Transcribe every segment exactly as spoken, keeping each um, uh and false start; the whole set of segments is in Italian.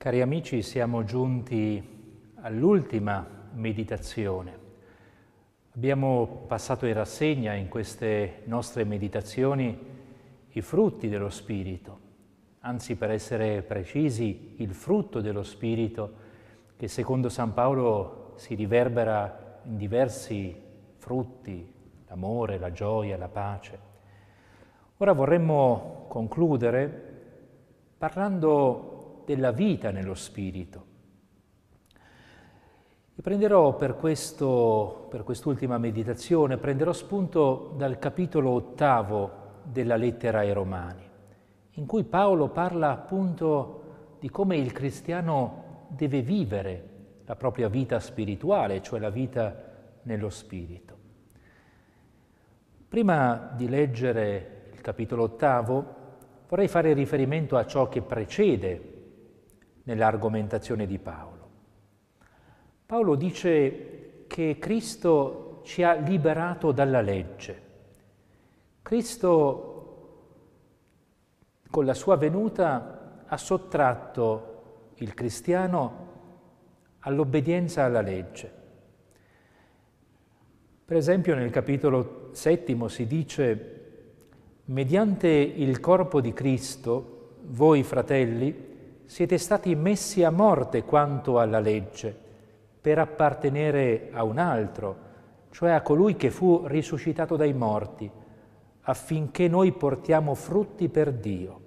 Cari amici, siamo giunti all'ultima meditazione. Abbiamo passato in rassegna in queste nostre meditazioni i frutti dello Spirito, anzi per essere precisi, il frutto dello Spirito che secondo San Paolo si riverbera in diversi frutti, l'amore, la gioia, la pace. Ora vorremmo concludere parlando della vita nello Spirito. E prenderò per, questo, per quest'ultima meditazione, prenderò spunto dal capitolo ottavo della lettera ai Romani, in cui Paolo parla appunto di come il cristiano deve vivere la propria vita spirituale, cioè la vita nello Spirito. Prima di leggere il capitolo ottavo, vorrei fare riferimento a ciò che precede nell'argomentazione di Paolo. Paolo dice che Cristo ci ha liberato dalla legge. Cristo, con la sua venuta, ha sottratto il cristiano all'obbedienza alla legge. Per esempio nel capitolo settimo si dice: mediante il corpo di Cristo, voi fratelli, siete stati messi a morte quanto alla legge, per appartenere a un altro, cioè a colui che fu risuscitato dai morti, affinché noi portiamo frutti per Dio.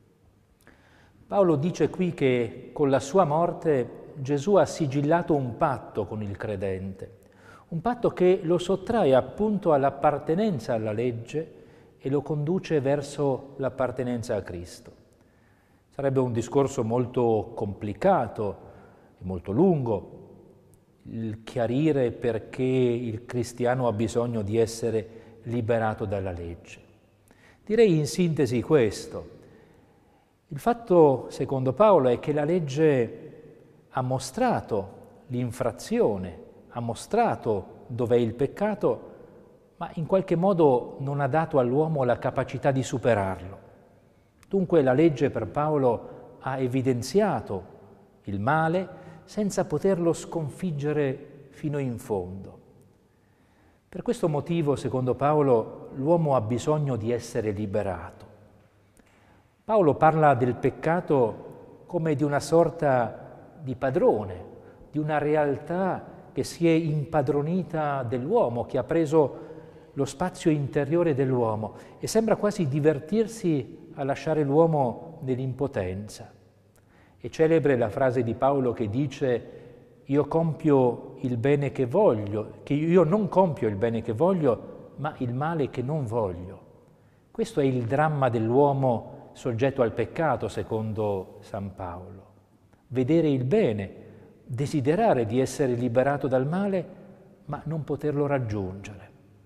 Paolo dice qui che con la sua morte Gesù ha sigillato un patto con il credente, un patto che lo sottrae appunto all'appartenenza alla legge e lo conduce verso l'appartenenza a Cristo. Sarebbe un discorso molto complicato e molto lungo il chiarire perché il cristiano ha bisogno di essere liberato dalla legge. Direi in sintesi questo. Il fatto, secondo Paolo, è che la legge ha mostrato l'infrazione, ha mostrato dov'è il peccato, ma in qualche modo non ha dato all'uomo la capacità di superarlo. Dunque la legge per Paolo ha evidenziato il male senza poterlo sconfiggere fino in fondo. Per questo motivo, secondo Paolo, l'uomo ha bisogno di essere liberato. Paolo parla del peccato come di una sorta di padrone, di una realtà che si è impadronita dell'uomo, che ha preso lo spazio interiore dell'uomo e sembra quasi divertirsi a lasciare l'uomo nell'impotenza. È celebre la frase di Paolo che dice: io compio il bene che voglio, che io non compio il bene che voglio, ma il male che non voglio. Questo è il dramma dell'uomo soggetto al peccato, secondo San Paolo. Vedere il bene, desiderare di essere liberato dal male, ma non poterlo raggiungere.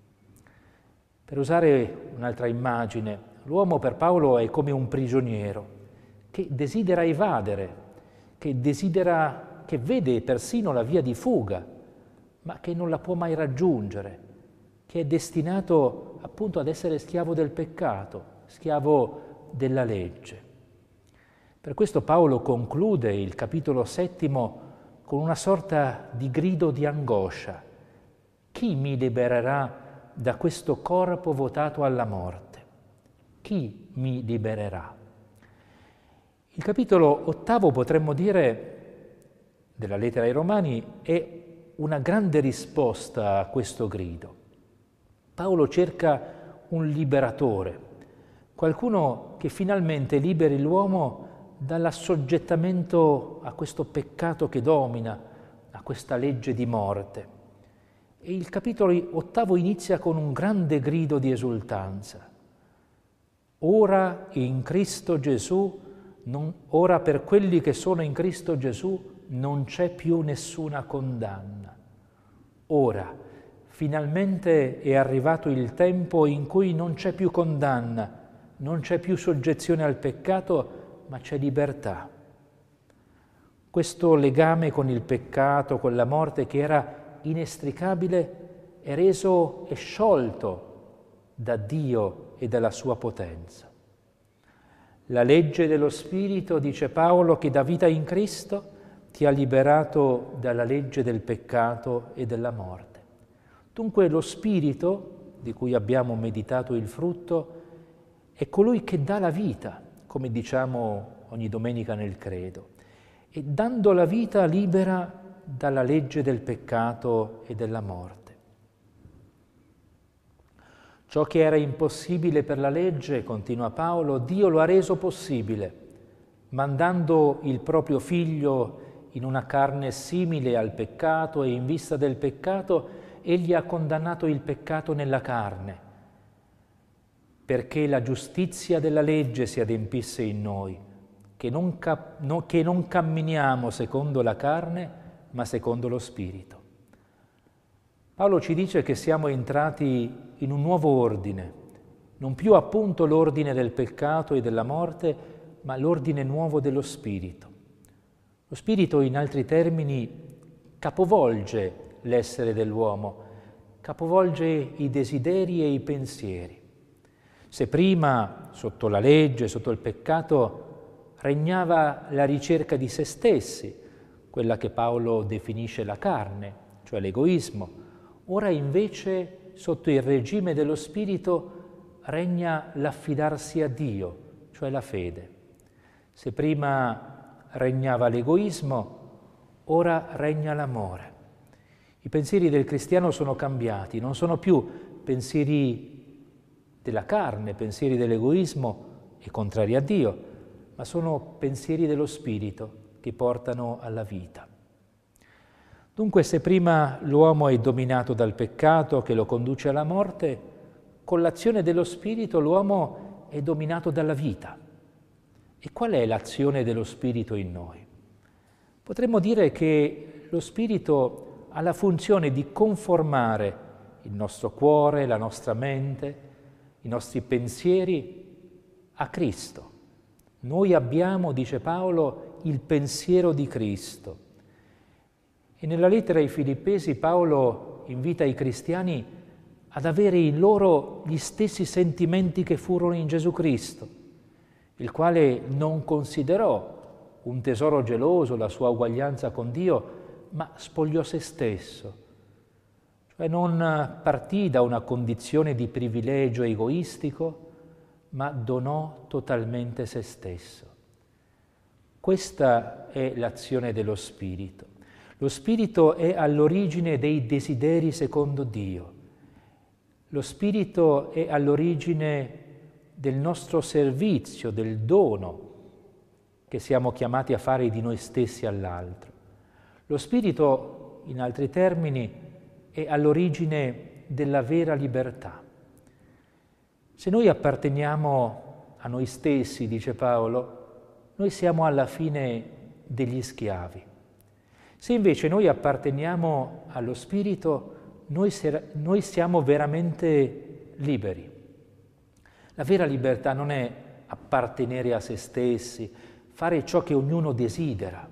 Per usare un'altra immagine, l'uomo per Paolo è come un prigioniero che desidera evadere, che desidera, che vede persino la via di fuga, ma che non la può mai raggiungere, che è destinato appunto ad essere schiavo del peccato, schiavo della legge. Per questo Paolo conclude il capitolo settimo con una sorta di grido di angoscia: chi mi libererà da questo corpo votato alla morte? Chi mi libererà? Il capitolo ottavo, potremmo dire, della lettera ai Romani è una grande risposta a questo grido. Paolo cerca un liberatore, qualcuno che finalmente liberi l'uomo dall'assoggettamento a questo peccato che domina, a questa legge di morte. E il capitolo ottavo inizia con un grande grido di esultanza. Ora in Cristo Gesù, non, ora per quelli che sono in Cristo Gesù non c'è più nessuna condanna. Ora, finalmente è arrivato il tempo in cui non c'è più condanna, non c'è più soggezione al peccato, ma c'è libertà. Questo legame con il peccato, con la morte che era inestricabile, è reso e sciolto da Dio e dalla sua potenza. La legge dello Spirito, dice Paolo, che dà vita in Cristo, ti ha liberato dalla legge del peccato e della morte. Dunque lo Spirito, di cui abbiamo meditato il frutto, è colui che dà la vita, come diciamo ogni domenica nel credo, e dando la vita libera dalla legge del peccato e della morte. Ciò che era impossibile per la legge, continua Paolo, Dio lo ha reso possibile, mandando il proprio Figlio in una carne simile al peccato, e in vista del peccato egli ha condannato il peccato nella carne, perché la giustizia della legge si adempisse in noi, che non, cap- no, che non camminiamo secondo la carne, ma secondo lo Spirito. Paolo ci dice che siamo entrati in un nuovo ordine, non più appunto l'ordine del peccato e della morte, ma l'ordine nuovo dello Spirito. Lo Spirito, in altri termini, capovolge l'essere dell'uomo, capovolge i desideri e i pensieri. Se prima, sotto la legge, sotto il peccato, regnava la ricerca di se stessi, quella che Paolo definisce la carne, cioè l'egoismo, ora invece, sotto il regime dello Spirito, regna l'affidarsi a Dio, cioè la fede. Se prima regnava l'egoismo, ora regna l'amore. I pensieri del cristiano sono cambiati, non sono più pensieri della carne, pensieri dell'egoismo e contrari a Dio, ma sono pensieri dello Spirito che portano alla vita. Dunque, se prima l'uomo è dominato dal peccato che lo conduce alla morte, con l'azione dello Spirito l'uomo è dominato dalla vita. E qual è l'azione dello Spirito in noi? Potremmo dire che lo Spirito ha la funzione di conformare il nostro cuore, la nostra mente, i nostri pensieri a Cristo. Noi abbiamo, dice Paolo, il pensiero di Cristo. E nella lettera ai Filippesi Paolo invita i cristiani ad avere in loro gli stessi sentimenti che furono in Gesù Cristo, il quale non considerò un tesoro geloso la sua uguaglianza con Dio, ma spogliò se stesso. Cioè non partì da una condizione di privilegio egoistico, ma donò totalmente se stesso. Questa è l'azione dello Spirito. Lo Spirito è all'origine dei desideri secondo Dio. Lo Spirito è all'origine del nostro servizio, del dono che siamo chiamati a fare di noi stessi all'altro. Lo Spirito, in altri termini, è all'origine della vera libertà. Se noi apparteniamo a noi stessi, dice Paolo, noi siamo alla fine degli schiavi. Se invece noi apparteniamo allo Spirito, noi, ser- noi siamo veramente liberi. La vera libertà non è appartenere a se stessi, fare ciò che ognuno desidera.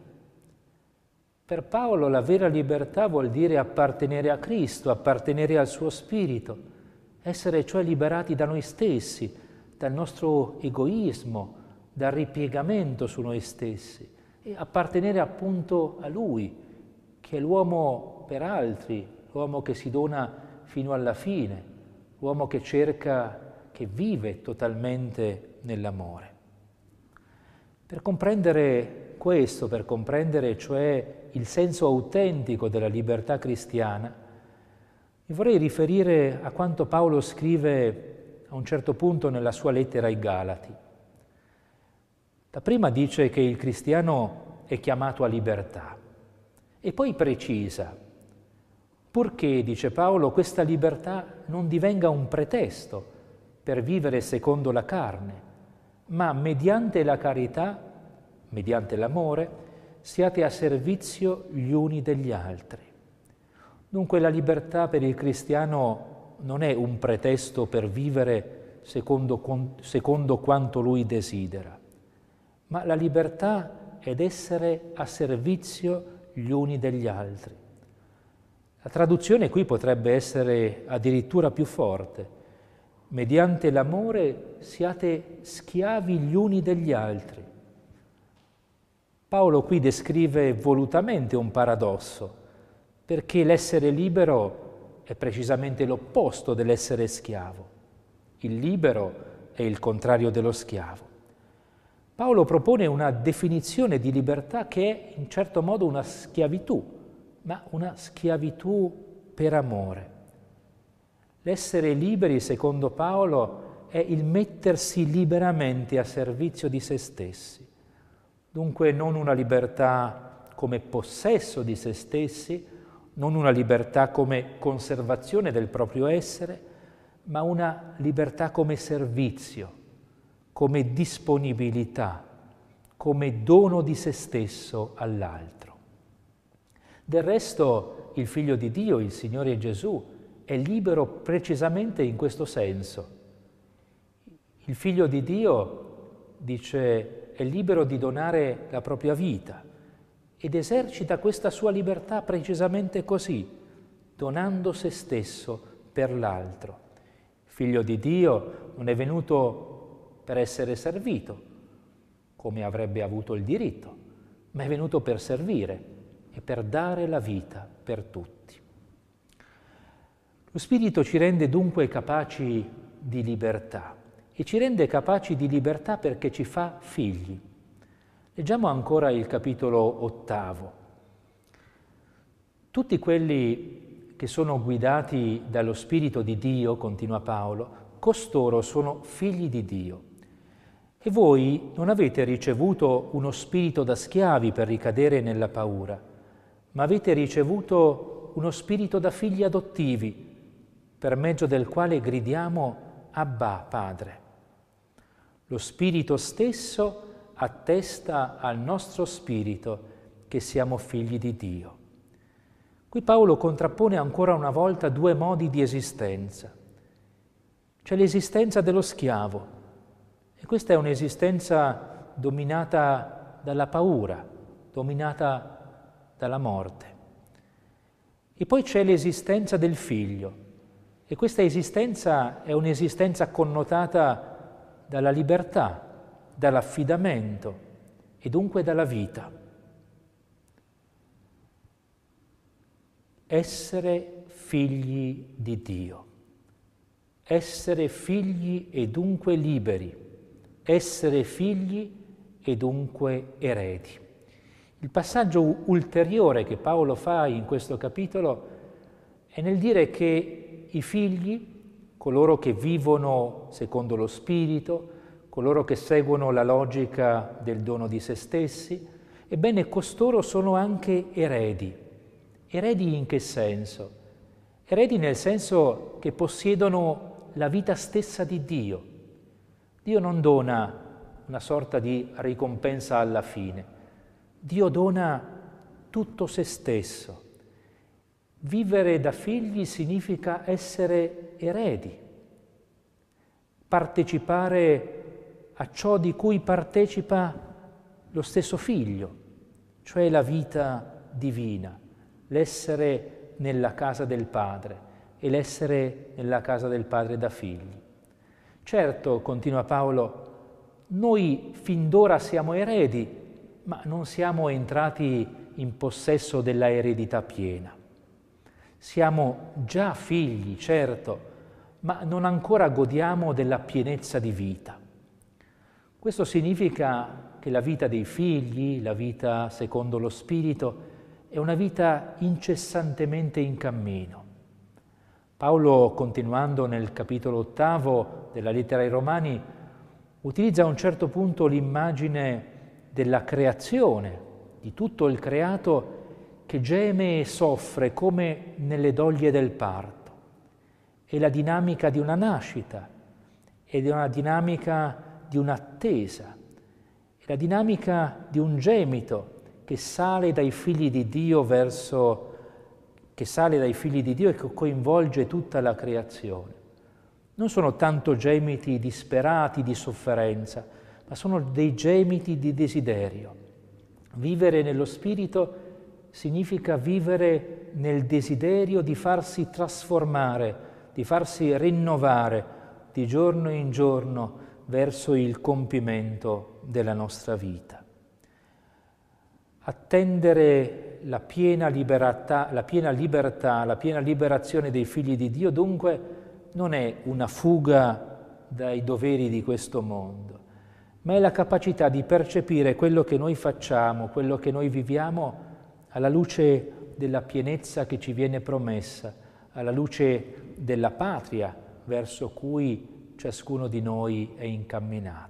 Per Paolo la vera libertà vuol dire appartenere a Cristo, appartenere al suo Spirito, essere cioè liberati da noi stessi, dal nostro egoismo, dal ripiegamento su noi stessi e appartenere appunto a Lui, che è l'uomo per altri, l'uomo che si dona fino alla fine, l'uomo che cerca, che vive totalmente nell'amore. Per comprendere questo, per comprendere cioè il senso autentico della libertà cristiana, mi vorrei riferire a quanto Paolo scrive a un certo punto nella sua lettera ai Galati. Dapprima dice che il cristiano è chiamato a libertà e poi precisa, purché, dice Paolo, questa libertà non divenga un pretesto per vivere secondo la carne, ma mediante la carità, mediante l'amore, siate a servizio gli uni degli altri. Dunque la libertà per il cristiano non è un pretesto per vivere secondo, secondo quanto lui desidera, ma la libertà è essere a servizio gli uni degli altri. La traduzione qui potrebbe essere addirittura più forte. mediante l'amore siate schiavi gli uni degli altri. Paolo qui descrive volutamente un paradosso, perché l'essere libero è precisamente l'opposto dell'essere schiavo. Il libero è il contrario dello schiavo. Paolo propone una definizione di libertà che è in certo modo una schiavitù, ma una schiavitù per amore. L'essere liberi, secondo Paolo, è il mettersi liberamente a servizio di se stessi. Dunque non una libertà come possesso di se stessi, non una libertà come conservazione del proprio essere, ma una libertà come servizio, come disponibilità, come dono di se stesso all'altro. Del resto, il Figlio di Dio, il Signore Gesù, è libero precisamente in questo senso. Il Figlio di Dio, dice, è libero di donare la propria vita ed esercita questa sua libertà precisamente così, donando se stesso per l'altro. Il Figlio di Dio non è venuto per essere servito, come avrebbe avuto il diritto, ma è venuto per servire e per dare la vita per tutti. Lo Spirito ci rende dunque capaci di libertà e ci rende capaci di libertà perché ci fa figli. Leggiamo ancora il capitolo ottavo. Tutti quelli che sono guidati dallo Spirito di Dio, continua Paolo, costoro sono figli di Dio. E voi non avete ricevuto uno spirito da schiavi per ricadere nella paura, ma avete ricevuto uno spirito da figli adottivi, per mezzo del quale gridiamo Abba, Padre. Lo Spirito stesso attesta al nostro spirito che siamo figli di Dio. Qui Paolo contrappone ancora una volta due modi di esistenza. C'è l'esistenza dello schiavo, e questa è un'esistenza dominata dalla paura, dominata dalla morte. E poi c'è l'esistenza del figlio, e questa esistenza è un'esistenza connotata dalla libertà, dall'affidamento e dunque dalla vita. Essere figli di Dio, essere figli e dunque liberi, essere figli e dunque eredi. Il passaggio ulteriore che Paolo fa in questo capitolo è nel dire che i figli, coloro che vivono secondo lo Spirito, coloro che seguono la logica del dono di se stessi, ebbene costoro sono anche eredi. Eredi in che senso? Eredi nel senso che possiedono la vita stessa di Dio. Dio non dona una sorta di ricompensa alla fine. Dio dona tutto se stesso. Vivere da figli significa essere eredi, partecipare a ciò di cui partecipa lo stesso figlio, cioè la vita divina, l'essere nella casa del Padre e l'essere nella casa del Padre da figli. Certo, continua Paolo, noi fin d'ora siamo eredi, ma non siamo entrati in possesso della eredità piena. Siamo già figli, certo, ma non ancora godiamo della pienezza di vita. Questo significa che la vita dei figli, la vita secondo lo Spirito, è una vita incessantemente in cammino. Paolo, continuando nel capitolo ottavo della lettera ai Romani, utilizza a un certo punto l'immagine della creazione, di tutto il creato che geme e soffre come nelle doglie del parto. È la dinamica di una nascita, ed è una dinamica di un'attesa, è la dinamica di un gemito che sale dai figli di Dio verso, che sale dai figli di Dio e che coinvolge tutta la creazione. Non sono tanto gemiti disperati di sofferenza, ma sono dei gemiti di desiderio. Vivere nello Spirito significa vivere nel desiderio di farsi trasformare, di farsi rinnovare di giorno in giorno verso il compimento della nostra vita. Attendere la piena libertà, la piena libertà, la piena liberazione dei figli di Dio, dunque, non è una fuga dai doveri di questo mondo, ma è la capacità di percepire quello che noi facciamo, quello che noi viviamo, alla luce della pienezza che ci viene promessa, alla luce della patria verso cui ciascuno di noi è incamminato.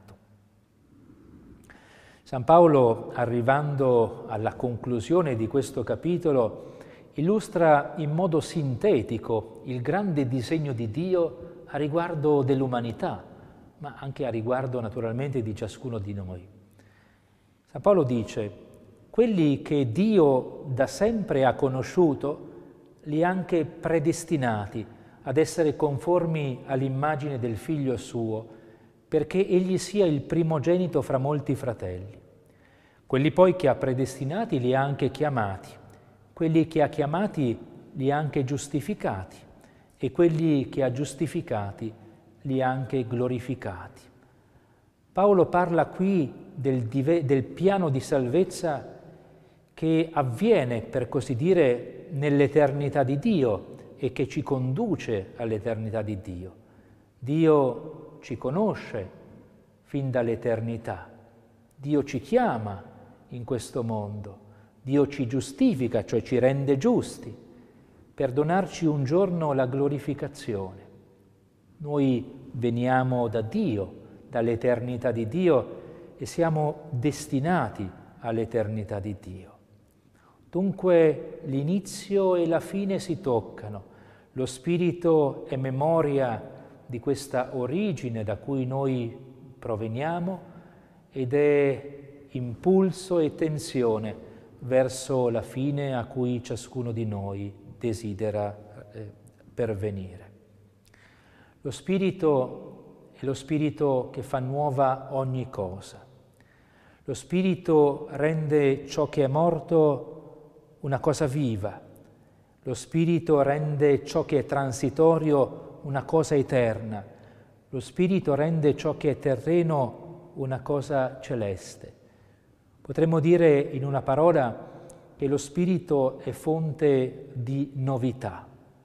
San Paolo, arrivando alla conclusione di questo capitolo, illustra in modo sintetico il grande disegno di Dio a riguardo dell'umanità, ma anche a riguardo naturalmente di ciascuno di noi. San Paolo dice: quelli che Dio da sempre ha conosciuto, li ha anche predestinati ad essere conformi all'immagine del Figlio suo, perché egli sia il primogenito fra molti fratelli. Quelli poi che ha predestinati li ha anche chiamati, quelli che ha chiamati li ha anche giustificati e quelli che ha giustificati li ha anche glorificati. Paolo parla qui del, dive- del piano di salvezza che avviene, per così dire, nell'eternità di Dio e che ci conduce all'eternità di Dio. Dio ci conosce fin dall'eternità, Dio ci chiama in questo mondo, Dio ci giustifica, cioè ci rende giusti, per donarci un giorno la glorificazione. Noi veniamo da Dio, dall'eternità di Dio, e siamo destinati all'eternità di Dio. Dunque l'inizio e la fine si toccano, lo Spirito è memoria di questa origine da cui noi proveniamo ed è impulso e tensione verso la fine a cui ciascuno di noi desidera eh, pervenire. Lo Spirito è lo Spirito che fa nuova ogni cosa. Lo Spirito rende ciò che è morto una cosa viva. Lo Spirito rende ciò che è transitorio una cosa eterna. Lo Spirito rende ciò che è terreno una cosa celeste. Potremmo dire in una parola che lo Spirito è fonte di novità.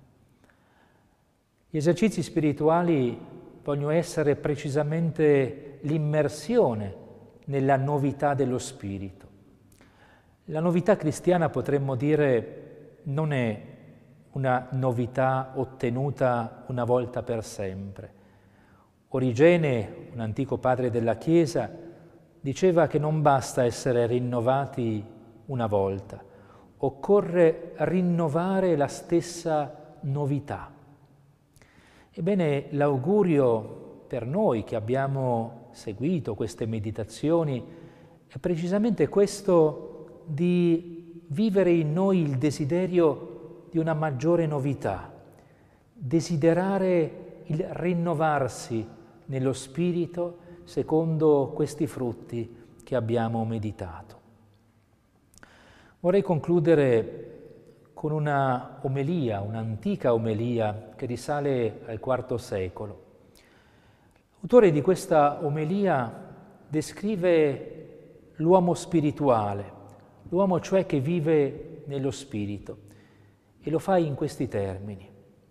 Gli esercizi spirituali vogliono essere precisamente l'immersione nella novità dello Spirito. La novità cristiana, potremmo dire, non è una novità ottenuta una volta per sempre. Origene, un antico padre della Chiesa, diceva che non basta essere rinnovati una volta, occorre rinnovare la stessa novità. Ebbene, l'augurio per noi che abbiamo seguito queste meditazioni è precisamente questo di vivere in noi il desiderio di una maggiore novità, desiderare il rinnovarsi nello spirito secondo questi frutti che abbiamo meditato. Vorrei concludere con una omelia, un'antica omelia che risale al quarto secolo. L'autore di questa omelia descrive l'uomo spirituale, l'uomo cioè che vive nello spirito, e lo fa in questi termini.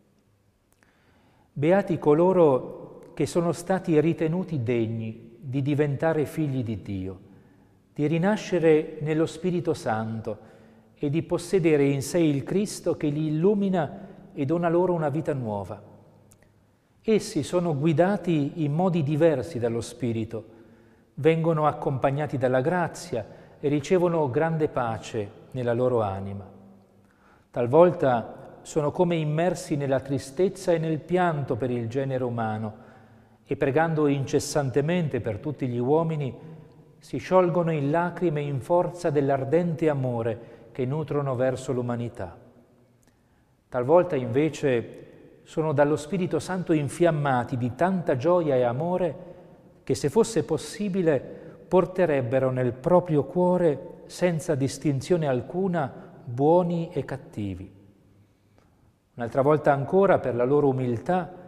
Beati coloro che sono stati ritenuti degni di diventare figli di Dio, di rinascere nello Spirito Santo e di possedere in sé il Cristo che li illumina e dona loro una vita nuova. Essi sono guidati in modi diversi dallo Spirito, vengono accompagnati dalla grazia e ricevono grande pace nella loro anima. Talvolta sono come immersi nella tristezza e nel pianto per il genere umano e pregando incessantemente per tutti gli uomini si sciolgono in lacrime in forza dell'ardente amore che nutrono verso l'umanità. Talvolta invece sono dallo Spirito Santo infiammati di tanta gioia e amore che, se fosse possibile, porterebbero nel proprio cuore, senza distinzione alcuna, buoni e cattivi. Un'altra volta ancora, per la loro umiltà,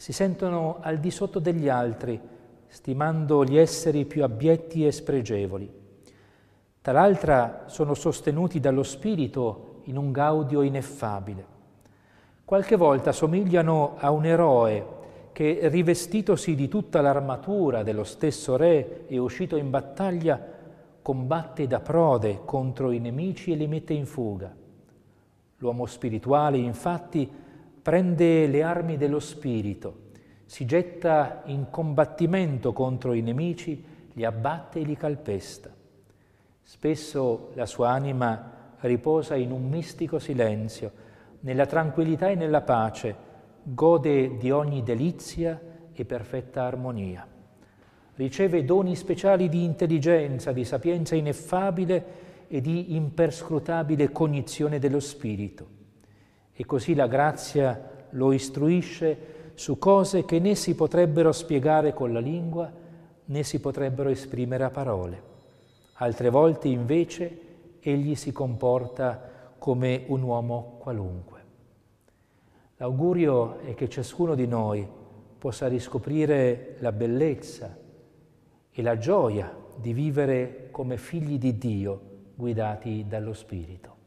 si sentono al di sotto degli altri, stimando gli esseri più abietti e spregevoli. Tal'altra sono sostenuti dallo Spirito in un gaudio ineffabile. Qualche volta somigliano a un eroe che, rivestitosi di tutta l'armatura dello stesso re e uscito in battaglia, combatte da prode contro i nemici e li mette in fuga. L'uomo spirituale, infatti, prende le armi dello Spirito, si getta in combattimento contro i nemici, li abbatte e li calpesta. Spesso la sua anima riposa in un mistico silenzio, nella tranquillità e nella pace, gode di ogni delizia e perfetta armonia. Riceve doni speciali di intelligenza, di sapienza ineffabile e di imperscrutabile cognizione dello Spirito. E così la grazia lo istruisce su cose che né si potrebbero spiegare con la lingua, né si potrebbero esprimere a parole. Altre volte, invece, egli si comporta come un uomo qualunque. L'augurio è che ciascuno di noi possa riscoprire la bellezza e la gioia di vivere come figli di Dio, guidati dallo Spirito.